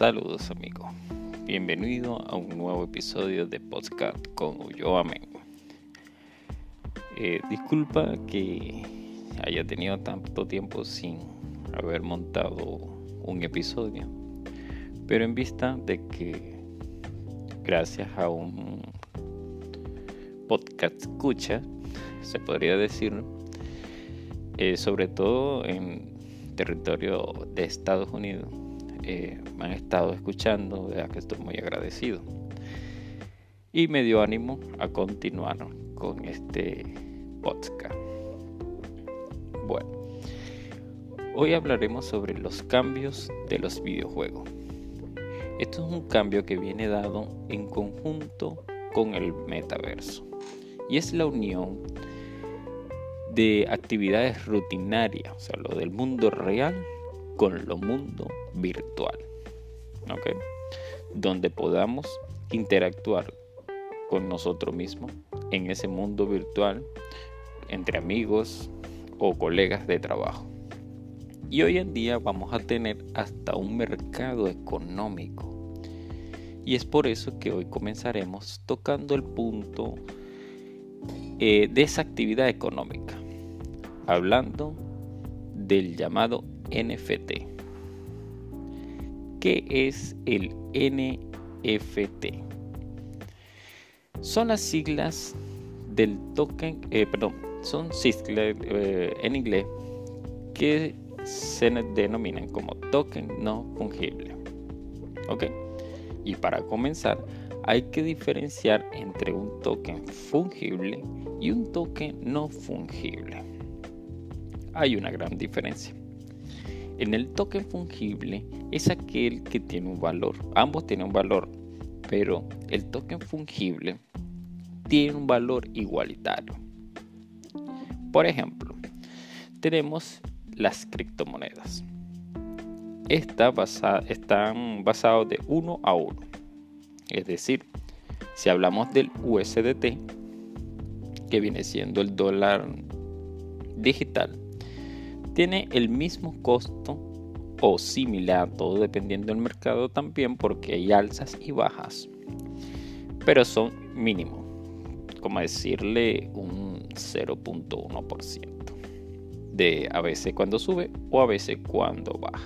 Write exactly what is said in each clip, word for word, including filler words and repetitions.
Saludos amigos, bienvenido a un nuevo episodio de podcast con Ulloa Men. Eh, disculpa que haya tenido tanto tiempo sin haber montado un episodio, pero en vista de que gracias a un podcast escucha, se podría decir, eh, sobre todo en territorio de Estados Unidos, eh, me han estado escuchando, de la que estoy muy agradecido y me dio ánimo a continuar con este podcast. Bueno, hoy hablaremos sobre los cambios de los videojuegos. Esto es un cambio que viene dado en conjunto con el metaverso y es la unión de actividades rutinarias, o sea, lo del mundo real con lo mundo virtual, ¿ok? Donde podamos interactuar con nosotros mismos en ese mundo virtual entre amigos o colegas de trabajo. Y hoy en día vamos a tener hasta un mercado económico. Y es por eso que hoy comenzaremos tocando el punto eh, de esa actividad económica, hablando del llamado N F T. ¿Qué es el N F T? Son las siglas del token, eh, perdón, son siglas eh, en inglés que se denominan como token no fungible. ¿Ok? Y para comenzar, hay que diferenciar entre un token fungible y un token no fungible. Hay una gran diferencia. En el token fungible es aquel que tiene un valor. Ambos tienen un valor, pero el token fungible tiene un valor igualitario. Por ejemplo, tenemos las criptomonedas. Estas basa, están basadas de uno a uno. Es decir, si hablamos del U S D T, que viene siendo el dólar digital, tiene el mismo costo o similar, todo dependiendo del mercado también, porque hay alzas y bajas, pero son mínimos, como decirle un cero punto uno por ciento de a veces cuando sube o a veces cuando baja.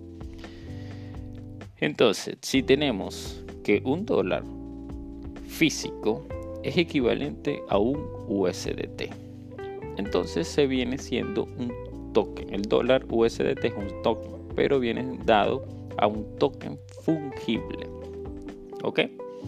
Entonces, si tenemos que un dólar físico es equivalente a un U S D T, entonces se viene siendo un token. El dólar U S D T es un token, pero viene dado a un token fungible. ¿Ok?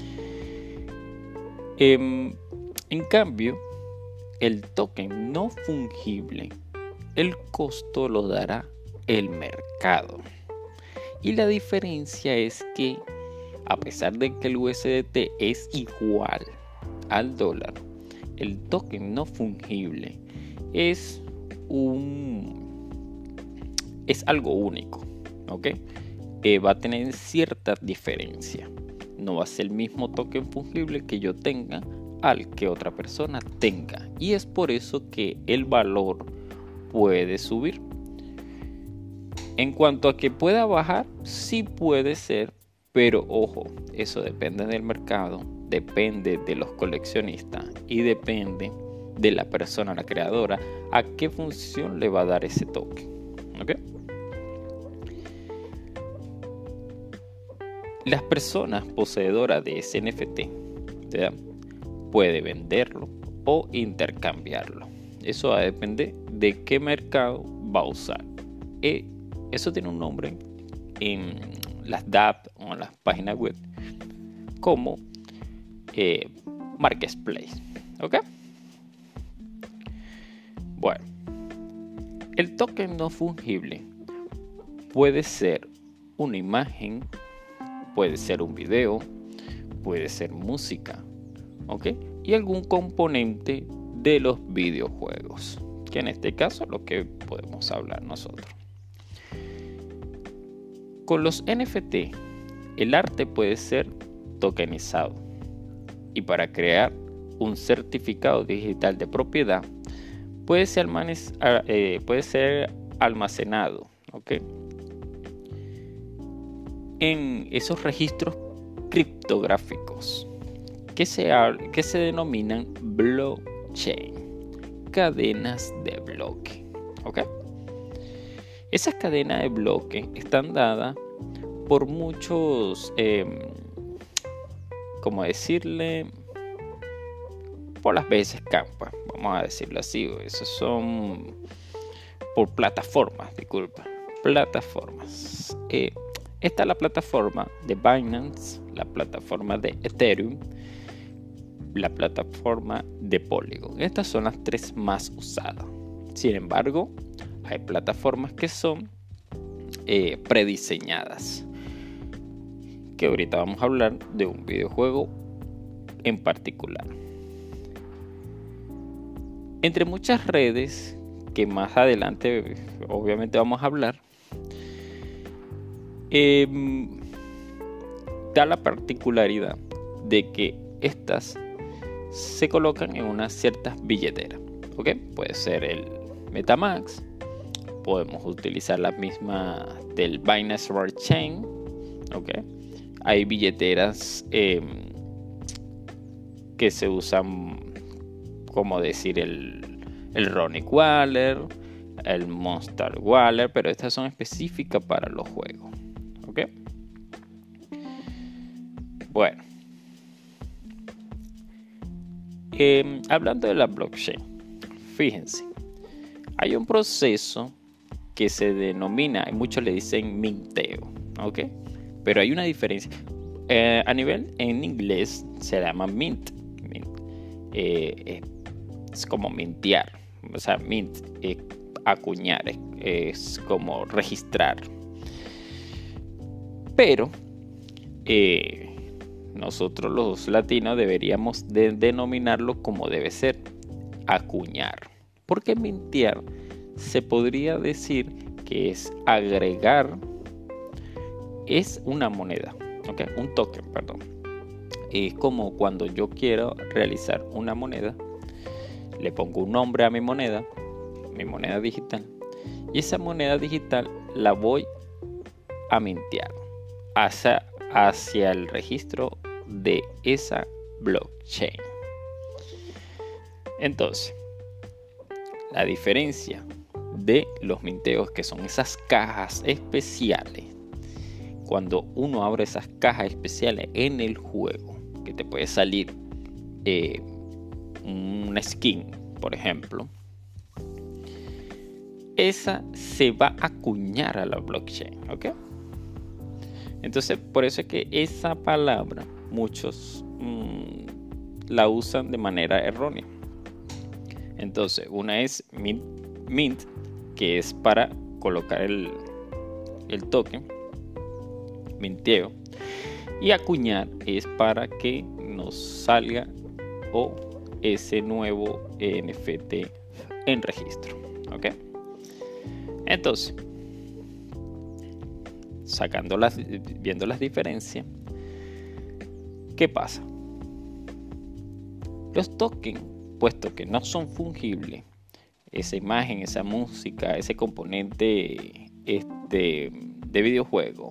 Eh, en cambio, el token no fungible, el costo lo dará el mercado. Y la diferencia es que, a pesar de que el U S D T es igual al dólar, el token no fungible es un es algo único, ¿ok? Eh, va a tener cierta diferencia. No va a ser el mismo token fungible que yo tenga al que otra persona tenga. Y es por eso que el valor puede subir. En cuanto a que pueda bajar, sí puede ser, pero ojo, eso depende del mercado, depende de los coleccionistas y depende de la persona, la creadora, a qué función le va a dar ese token. ¿Ok? Las personas poseedoras de ese N F T, ¿verdad?, puede venderlo o intercambiarlo. Eso va a depender de qué mercado va a usar. Eh, eso tiene un nombre en las D A P o en las páginas web como eh, Marketplace. ¿Ok? Bueno, el token no fungible puede ser una imagen, puede ser un video, puede ser música, ¿ok? Y algún componente de los videojuegos, que en este caso es lo que podemos hablar nosotros. Con los N F T, el arte puede ser tokenizado y para crear un certificado digital de propiedad puede ser, almanes, eh, puede ser almacenado, ¿ok? en esos registros criptográficos que se, que se denominan blockchain, cadenas de bloque. ¿Ok? Esas cadenas de bloque están dadas por muchos, eh, como decirle, por las veces campas, vamos a decirlo así. Esos son por plataformas, disculpa, plataformas. Eh, esta es la plataforma de Binance, la plataforma de Ethereum, la plataforma de Polygon. Estas son las tres más usadas. Sin embargo, hay plataformas que son eh, prediseñadas, que ahorita vamos a hablar de un videojuego en particular. Entre muchas redes que más adelante obviamente vamos a hablar, eh, da la particularidad de que estas se colocan en unas ciertas billeteras. ¿Ok? Puede ser el MetaMask, podemos utilizar la misma del Binance Smart Chain. ¿Ok? Hay billeteras eh, que se usan, como decir, el, el Ronic Wallet, el Monster Wallet, pero estas son específicas para los juegos. ¿Ok? Bueno. Eh, hablando de la blockchain, fíjense, hay un proceso que se denomina, y muchos le dicen minteo, ¿ok? Pero hay una diferencia. Eh, a nivel en inglés se llama mint. mint. Eh, es como mintear. O sea, mint es acuñar, es, es como registrar. Pero eh, nosotros los latinos deberíamos de denominarlo como debe ser, acuñar. Porque mintear se podría decir que es agregar, es una moneda, ¿ok? Un token, perdón. Es como cuando yo quiero realizar una moneda, le pongo un nombre a mi moneda, mi moneda digital, y esa moneda digital la voy a mintear hacia, hacia el registro de esa blockchain. Entonces, la diferencia de los minteos, que son esas cajas especiales, cuando uno abre esas cajas especiales en el juego, que te puede salir eh, una skin, por ejemplo, esa se va a acuñar a la blockchain, ¿ok? Entonces, por eso es que esa palabra muchos mmm, la usan de manera errónea. Entonces, una es mint, mint, que es para colocar el, el token, minteo, y acuñar es para que nos salga o ese nuevo N F T en registro. ¿Ok? Entonces, sacando las, viendo las diferencias, ¿qué pasa? Los tokens, puesto que no son fungibles, esa imagen, esa música, ese componente este, de videojuego,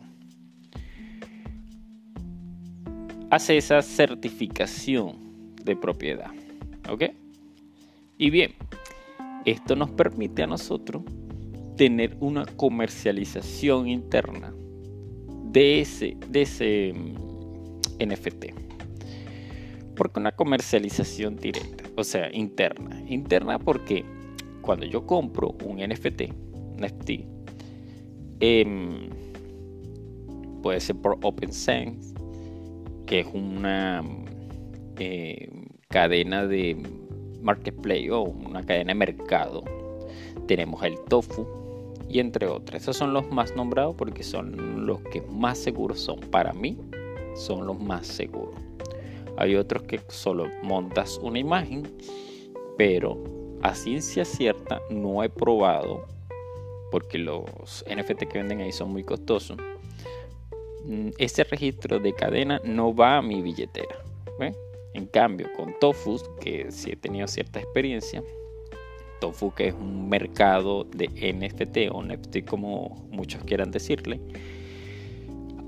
hace esa certificación de propiedad. ¿Ok? Y bien, esto nos permite a nosotros tener una comercialización interna de ese, de ese N F T. Porque una comercialización directa, o sea, interna. Interna porque cuando yo compro un N F T, un N F T, eh, puede ser por OpenSense, que es una eh, cadena de marketplace o una cadena de mercado. Tenemos el Tofu y entre otras. Esos son los más nombrados porque son los que más seguros son. Para mí son los más seguros. Hay otros que solo montas una imagen, pero a ciencia cierta no he probado, porque los N F T que venden ahí son muy costosos. Ese registro de cadena no va a mi billetera. ¿Ve? En cambio, con Tofu, que sí he tenido cierta experiencia, Tofu, que es un mercado de N F T o N F T como muchos quieran decirle,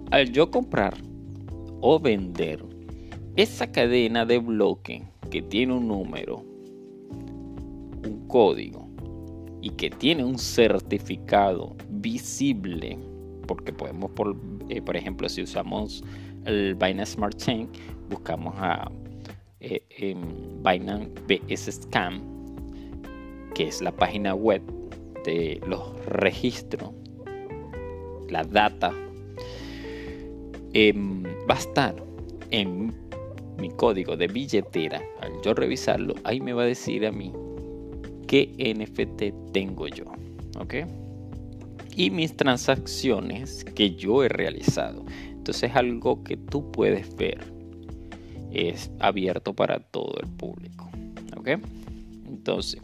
al yo comprar o vender esa cadena de bloque que tiene un número, un código y que tiene un certificado visible, porque podemos, por, eh, por ejemplo, si usamos el Binance Smart Chain, buscamos a eh, eh, Binance B S Scan, que es la página web de los registros, la data, eh, va a estar en mi código de billetera. Al yo revisarlo, ahí me va a decir a mí qué N F T tengo yo, ¿ok? Y mis transacciones que yo he realizado. Entonces es algo que tú puedes ver, es abierto para todo el público, ¿ok? Entonces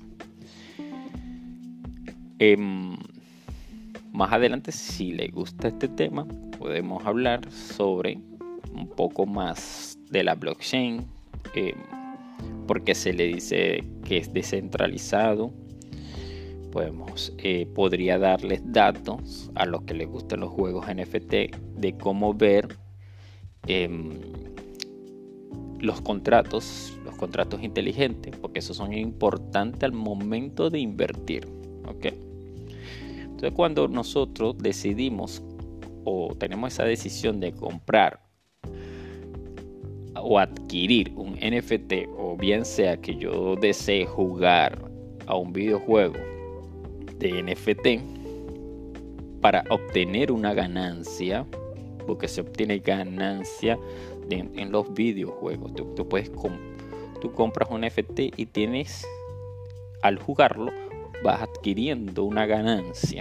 eh, más adelante, si les gusta este tema, podemos hablar sobre un poco más de la blockchain, eh, porque se le dice que es descentralizado. Podemos, eh, podría darles datos a los que les gustan los juegos N F T de cómo ver eh, los contratos, los contratos inteligentes, porque esos son importantes al momento de invertir, ¿ok? Entonces, cuando nosotros decidimos o tenemos esa decisión de comprar o adquirir un N F T, o bien sea que yo desee jugar a un videojuego de N F T para obtener una ganancia, porque se obtiene ganancia de, en los videojuegos. Tú, tú puedes comp- tú compras un N F T y tienes, al jugarlo, vas adquiriendo una ganancia.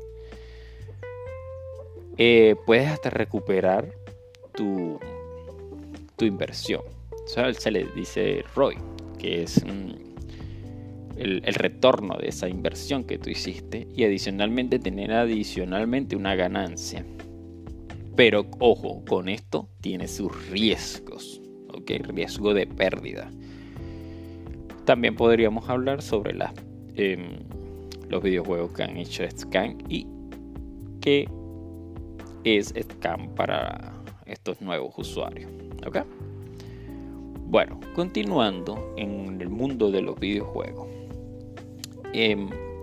Eh, puedes hasta recuperar tu, tu inversión. O sea, se le dice R O I, que es mm, el, el retorno de esa inversión que tú hiciste, y adicionalmente tener adicionalmente una ganancia. Pero ojo, con esto tiene sus riesgos, ¿ok? Riesgo de pérdida. También podríamos hablar sobre las, eh, los videojuegos que han hecho Scan y qué es Scan para estos nuevos usuarios, ¿ok? Bueno, continuando en el mundo de los videojuegos. Eh,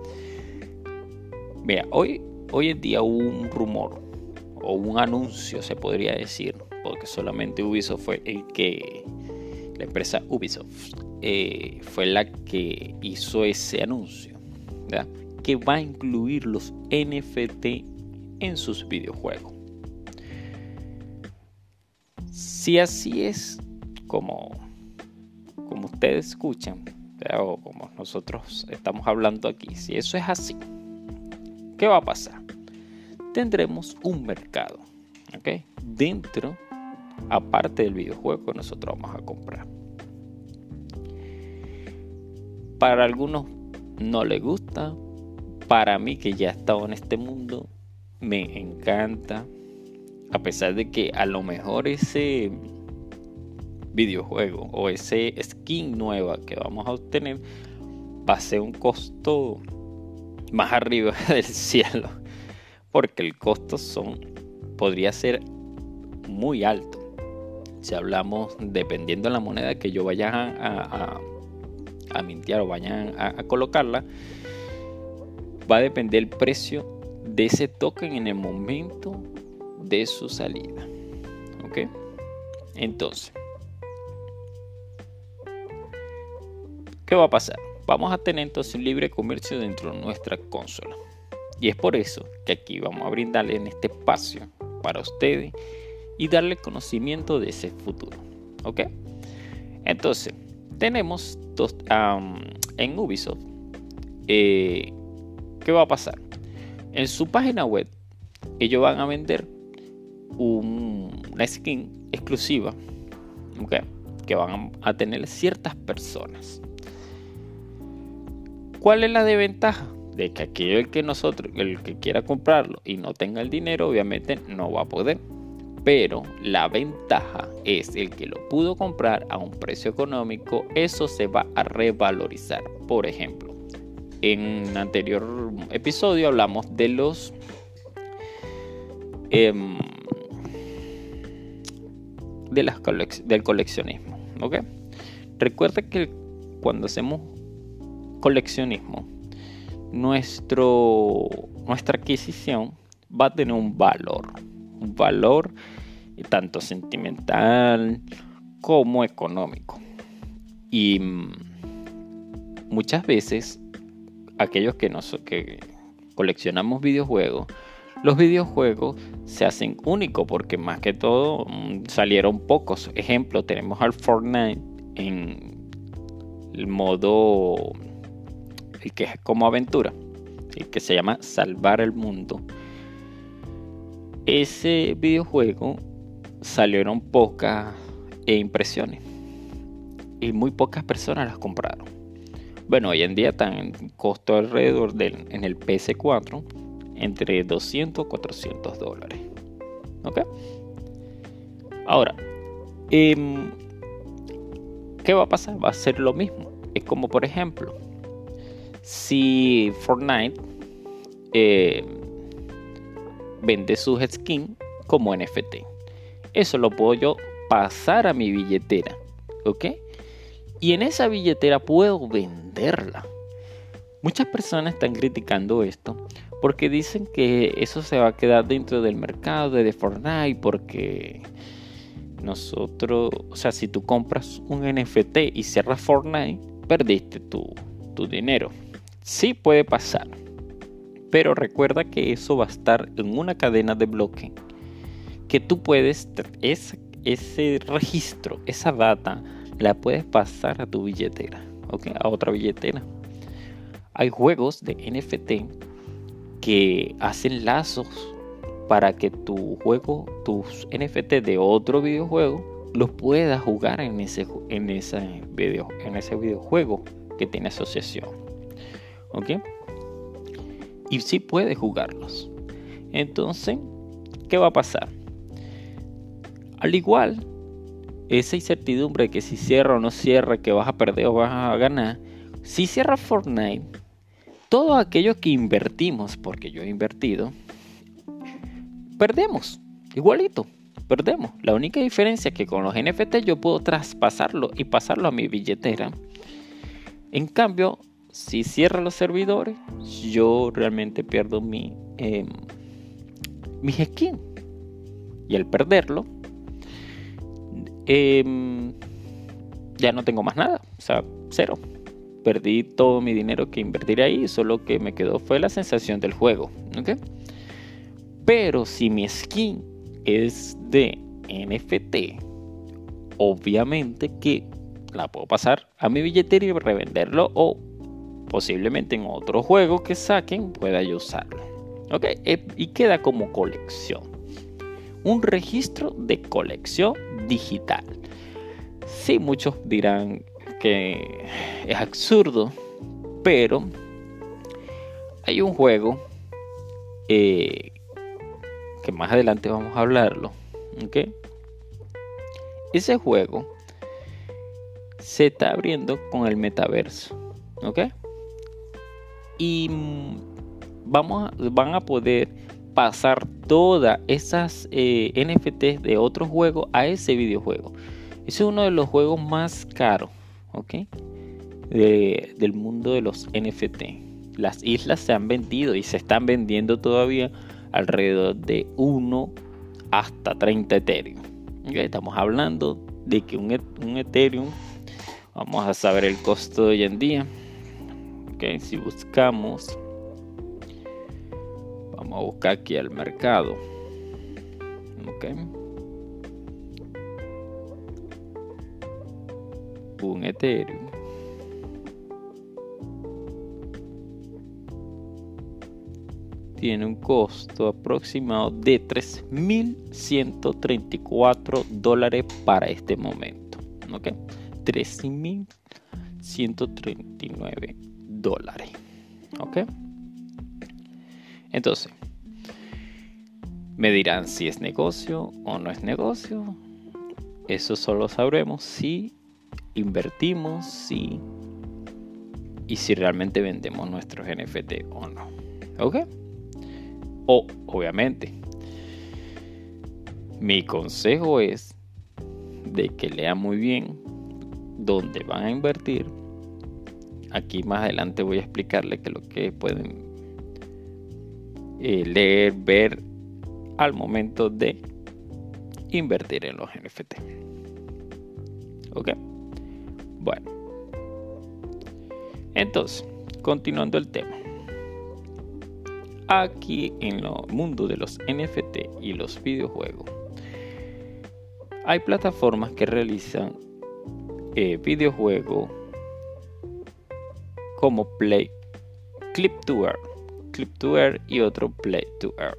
mira, hoy, hoy en día hubo un rumor o un anuncio, se podría decir, porque solamente Ubisoft fue el que, la empresa Ubisoft eh, fue la que hizo ese anuncio, ¿verdad? Que va a incluir los N F T en sus videojuegos. Si así es como, como ustedes escuchan, ¿verdad? O como nosotros estamos hablando aquí, si eso es así, ¿qué va a pasar? Tendremos un mercado, ¿ok? Dentro, aparte del videojuego que nosotros vamos a comprar. Para algunos no les gusta. Para mí, que ya he estado en este mundo, me encanta. A pesar de que a lo mejor ese videojuego o ese skin nueva que vamos a obtener va a ser un costo más arriba del cielo, porque el costo son, podría ser muy alto. Si hablamos, dependiendo de la moneda que yo vaya a, a, a mintear o vayan a, a colocarla, va a depender el precio de ese token en el momento de su salida, ¿ok? Entonces, ¿qué va a pasar? Vamos a tener entonces un libre comercio dentro de nuestra consola. Y es por eso que aquí vamos a brindarle en este espacio para ustedes y darle conocimiento de ese futuro, ¿ok? Entonces, tenemos dos, um, en Ubisoft, eh, ¿qué va a pasar? En su página web, ellos van a vender un, una skin exclusiva, ¿okay? Que van a tener ciertas personas. ¿Cuál es la desventaja? De que aquel que nosotros, el que quiera comprarlo y no tenga el dinero, obviamente no va a poder. Pero la ventaja es el que lo pudo comprar a un precio económico, eso se va a revalorizar. Por ejemplo, en un anterior episodio hablamos de los eh, de las colec- del coleccionismo, ¿ok? Recuerda que cuando hacemos coleccionismo, nuestro, nuestra adquisición va a tener un valor, un valor tanto sentimental como económico. Y mmm, muchas veces aquellos que, nos, que coleccionamos videojuegos, los videojuegos se hacen únicos porque más que todo mmm, salieron pocos. Ejemplo, tenemos al Fortnite en el modo, el que es como aventura, el que se llama Salvar el Mundo. Ese videojuego salieron pocas impresiones y muy pocas personas las compraron. Bueno, hoy en día están en costo alrededor del, en el P S cuatro entre doscientos a cuatrocientos dólares. ¿Ok? Ahora, eh, ¿qué va a pasar? Va a ser lo mismo. Es como, por ejemplo, si Fortnite eh, vende sus skins como N F T. Eso lo puedo yo pasar a mi billetera, ¿ok? Y en esa billetera puedo venderla. Muchas personas están criticando esto porque dicen que eso se va a quedar dentro del mercado de Fortnite porque nosotros, o sea, si tú compras un N F T y cierras Fortnite, perdiste tu, tu dinero. Sí puede pasar, pero recuerda que eso va a estar en una cadena de bloque que tú puedes, ese, ese registro, esa data, la puedes pasar a tu billetera, ¿ok? A otra billetera. Hay juegos de N F T que hacen lazos para que tu juego, tus N F T de otro videojuego, los puedas jugar en ese, en ese, video, en ese videojuego que tiene asociación, ¿ok? Y sí puedes jugarlos. Entonces, ¿qué va a pasar? Al igual, esa incertidumbre de que si cierra o no cierra, que vas a perder o vas a ganar, si cierra Fortnite, todo aquello que invertimos, porque yo he invertido, perdemos, igualito, perdemos. La única diferencia es que con los N F T yo puedo traspasarlo y pasarlo a mi billetera. En cambio, si cierra los servidores, yo realmente pierdo mi, eh, mi skin. Y al perderlo, eh, ya no tengo más nada, o sea, cero. Perdí todo mi dinero que invertir ahí, solo que me quedó fue la sensación del juego, ¿ok? Pero si mi skin es de N F T, obviamente que la puedo pasar a mi billetera y revenderlo, o posiblemente en otro juego que saquen pueda yo usarlo, ¿ok? Y queda como colección, un registro de colección digital. Sí, muchos dirán que es absurdo, pero hay un juego eh, que más adelante vamos a hablarlo, ¿ok? Ese juego se está abriendo con el metaverso, ¿ok? Y vamos a, van a poder pasar todas esas eh, N F Ts de otro juego a ese videojuego. Ese es uno de los juegos más caros, ¿ok? De, del mundo de los N F T. Las islas se han vendido y se están vendiendo todavía alrededor de uno hasta treinta Ethereum. ¿Okay? Estamos hablando de que un, un Ethereum, vamos a saber el costo de hoy en día. ¿Okay? Si buscamos, vamos a buscar aquí al mercado. ¿Okay? Un Ethereum tiene un costo aproximado de tres mil ciento treinta y cuatro dólares para este momento, ¿ok? tres mil ciento treinta y nueve dólares, ¿ok? Entonces, me dirán si es negocio o no es negocio. Eso solo sabremos si invertimos, si y si realmente vendemos nuestros N F T o no, ¿ok? O, obviamente, mi consejo es de que lean muy bien dónde van a invertir. Aquí más adelante voy a explicarle que lo que pueden eh, leer, ver al momento de invertir en los N F T. Ok, bueno, entonces continuando el tema, aquí en el mundo de los N F T y los videojuegos hay plataformas que realizan eh, videojuegos como Play, Clip to Earn, Clip to Earn y otro Play to Earn.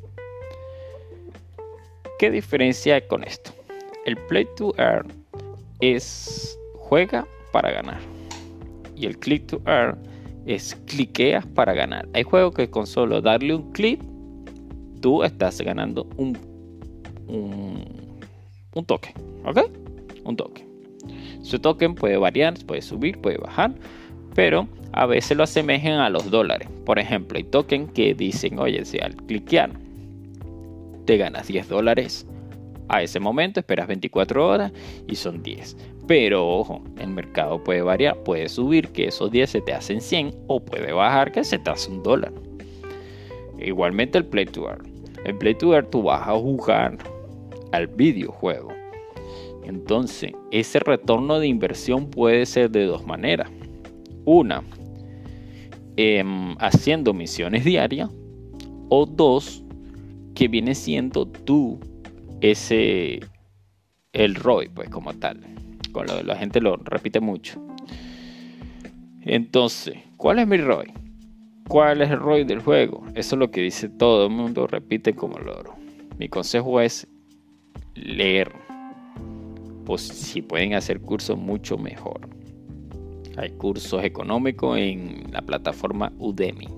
¿Qué diferencia hay con esto? El Play to Earn es juega para ganar y el Click to Earn es cliqueas para ganar. Hay juegos que con solo darle un clic tú estás ganando un, un, un token, ¿ok? Un token. Su token puede variar, puede subir, puede bajar, pero a veces lo asemejan a los dólares. Por ejemplo, hay tokens que dicen, oye, si al cliquear te ganas diez dólares a ese momento, esperas veinticuatro horas y son diez. Pero ojo, el mercado puede variar, puede subir que esos diez se te hacen cien o puede bajar que se te hace un dólar. Igualmente el Play to Earn. El Play to Earn tú vas a jugar al videojuego. Entonces, ese retorno de inversión puede ser de dos maneras. Una, eh, haciendo misiones diarias, o dos, que viene siendo tú ese el R O I, pues como tal. Con lo, la gente lo repite mucho. Entonces, ¿cuál es mi R O I? ¿Cuál es el R O I del juego? Eso es lo que dice todo el mundo, repite como loro. Mi consejo es leer. Pues si pueden hacer cursos, mucho mejor. Hay cursos económicos en la plataforma Udemy.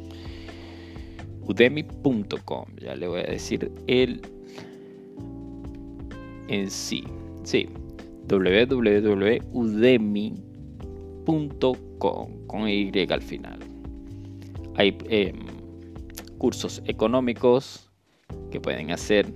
Udemy punto com. Ya le voy a decir el en sí. Sí. w w w punto udemy punto com con Y al final. Hay eh, cursos económicos que pueden hacer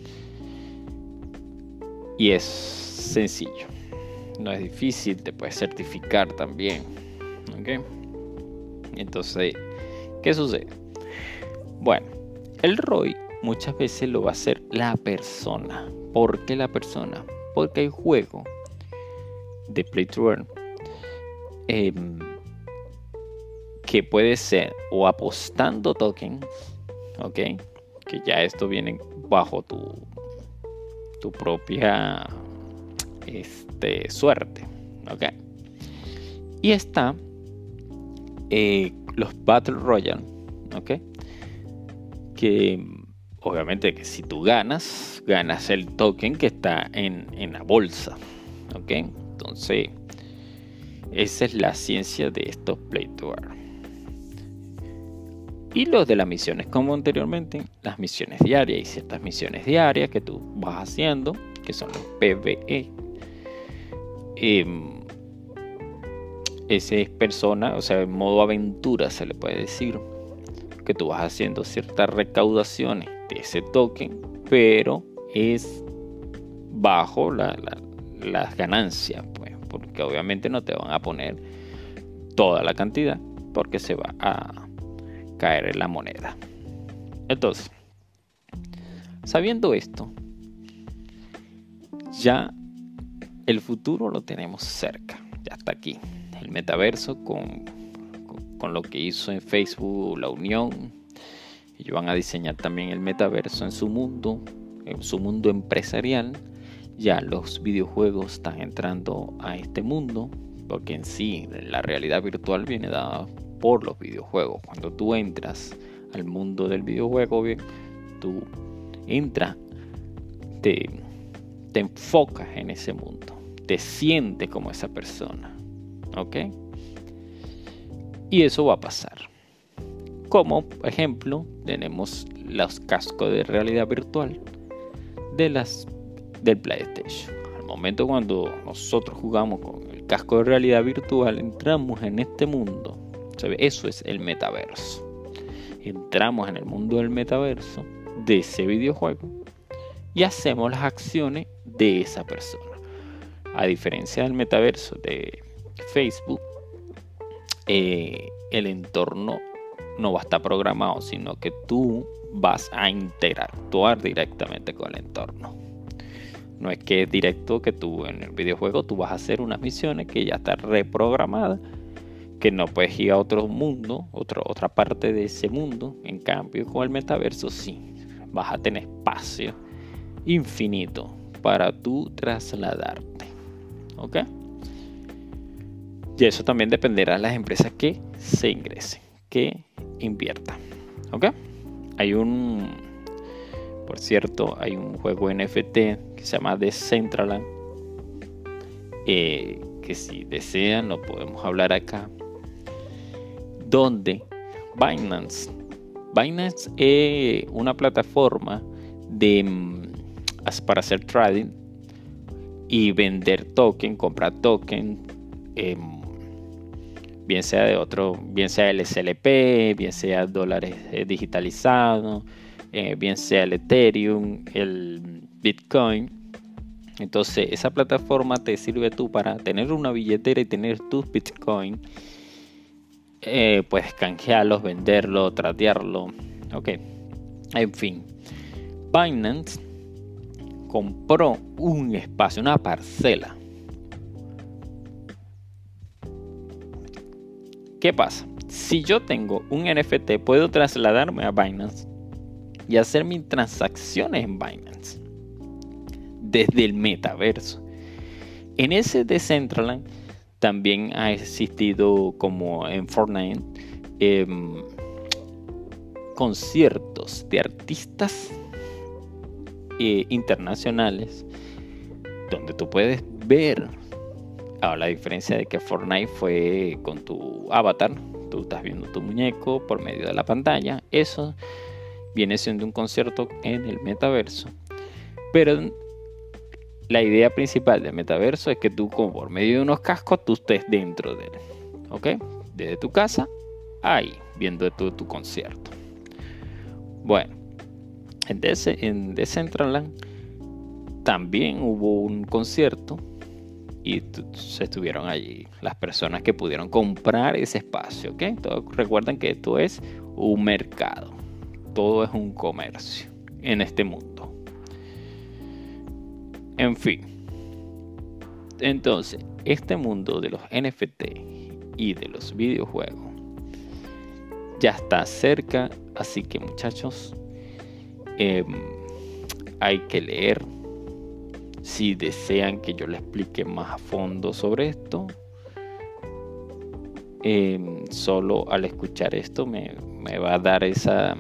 y es sencillo. No es difícil, te puedes certificar también. ¿Ok? Entonces, ¿qué sucede? Bueno, el R O I muchas veces lo va a hacer la persona. ¿Por qué la persona? Porque hay juegos de Play to Earn eh, que puede ser o apostando tokens, ¿ok? Que ya esto viene bajo tu, tu propia este, suerte, ¿ok? Y está eh, los Battle Royale, ¿ok? Que obviamente que si tú ganas, ganas el token que está en, en la bolsa, ¿ok? Entonces, esa es la ciencia de estos Play to Earn. Y los de las misiones, como anteriormente, las misiones diarias y ciertas misiones diarias que tú vas haciendo, que son los P V E. Eh, ese es persona, o sea, en modo aventura se le puede decir, que tú vas haciendo ciertas recaudaciones de ese token, pero es bajo la, la, las ganancias, pues, porque obviamente no te van a poner toda la cantidad, porque se va a caer en la moneda. Entonces, sabiendo esto, ya el futuro lo tenemos cerca, ya está aquí. El metaverso con, con, con lo que hizo en Facebook la unión. Ellos van a diseñar también el metaverso en su mundo, en su mundo empresarial. Ya los videojuegos están entrando a este mundo, porque en sí la realidad virtual viene dada por los videojuegos. Cuando tú entras al mundo del videojuego, bien, tú entras, te, te enfocas en ese mundo, te sientes como esa persona, ¿ok? Y eso va a pasar. Como ejemplo, tenemos los cascos de realidad virtual de las del PlayStation. Al momento cuando nosotros jugamos con el casco de realidad virtual, entramos en este mundo. Eso es el metaverso. Entramos en el mundo del metaverso de ese videojuego y hacemos las acciones de esa persona. A diferencia del metaverso de Facebook, eh, el entorno no va a estar programado, sino que tú vas a interactuar directamente con el entorno. No es que es directo que tú en el videojuego tú vas a hacer unas misiones que ya está reprogramada, que no puedes ir a otro mundo, otro, otra parte de ese mundo. En cambio, con el metaverso sí, vas a tener espacio infinito para tú trasladarte. ¿Ok? Y eso también dependerá de las empresas que se ingresen, que inviertan. ¿Ok? Hay un, por cierto, hay un juego N F T que se llama Decentraland, eh, que si desean lo podemos hablar acá, donde Binance, Binance es una plataforma de, para hacer trading y vender token, comprar token, eh, bien sea de otro, bien sea el S L P, bien sea dólares eh, digitalizados, eh, bien sea el Ethereum, el Bitcoin. Entonces esa plataforma te sirve tú para tener una billetera y tener tus Bitcoin. Eh, puedes canjearlos, venderlo, tradearlo. Ok, en fin, Binance compró un espacio, una parcela. ¿Qué pasa? Si yo tengo un N F T, puedo trasladarme a Binance y hacer mis transacciones en Binance desde el metaverso. En ese Decentraland también ha existido, como en Fortnite, eh, conciertos de artistas eh, internacionales donde tú puedes ver. Ahora, la diferencia de que Fortnite fue con tu avatar, tú estás viendo tu muñeco por medio de la pantalla. Eso viene siendo un concierto en el metaverso, pero la idea principal del metaverso es que tú, como por medio de unos cascos, tú estés dentro de él, ¿ok? Desde tu casa, ahí, viendo tu, tu concierto. Bueno, en, Dece, en Decentraland también hubo un concierto y se estuvieron allí las personas que pudieron comprar ese espacio, ¿ok? Todo, recuerden que esto es un mercado, todo es un comercio en este mundo. En fin, entonces, este mundo de los N F T y de los videojuegos ya está cerca, así que muchachos, eh, hay que leer. Si desean que yo les explique más a fondo sobre esto, eh, solo al escuchar esto me, me va a dar esa,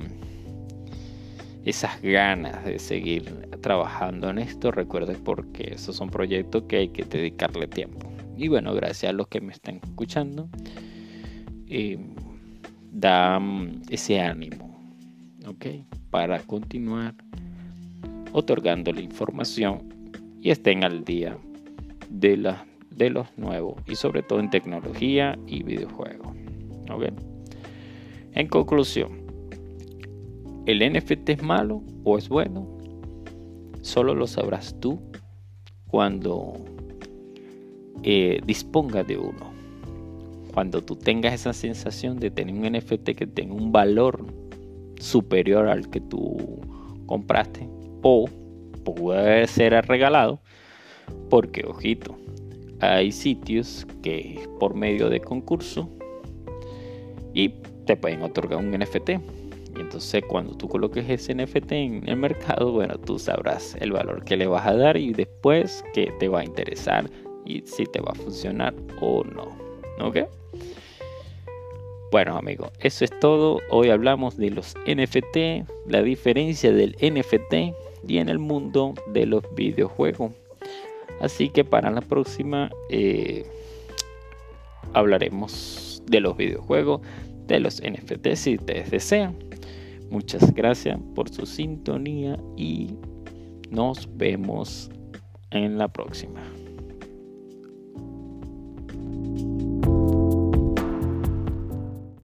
esas ganas de seguir trabajando en esto. Recuerden, porque esos son proyectos que hay que dedicarle tiempo. Y bueno, gracias a los que me están escuchando, eh, da ese ánimo, ¿ok? Para continuar otorgándole información y estén al día de, la, de los nuevos, y sobre todo en tecnología y videojuegos, ¿ok? En conclusión, ¿el N F T es malo o es bueno? Solo lo sabrás tú cuando eh, dispongas de uno. Cuando tú tengas esa sensación de tener un N F T que tenga un valor superior al que tú compraste, o puede ser regalado, porque ojito, hay sitios que por medio de concurso y te pueden otorgar un N F T. Y entonces cuando tú coloques ese N F T en el mercado, bueno, tú sabrás el valor que le vas a dar y después qué te va a interesar y si te va a funcionar o no. ¿Ok? Bueno, amigos, eso es todo. Hoy hablamos de los N F T, la diferencia del N F T y en el mundo de los videojuegos. Así que para la próxima eh, hablaremos de los videojuegos, de los N F T si ustedes desean. Muchas gracias por su sintonía y nos vemos en la próxima.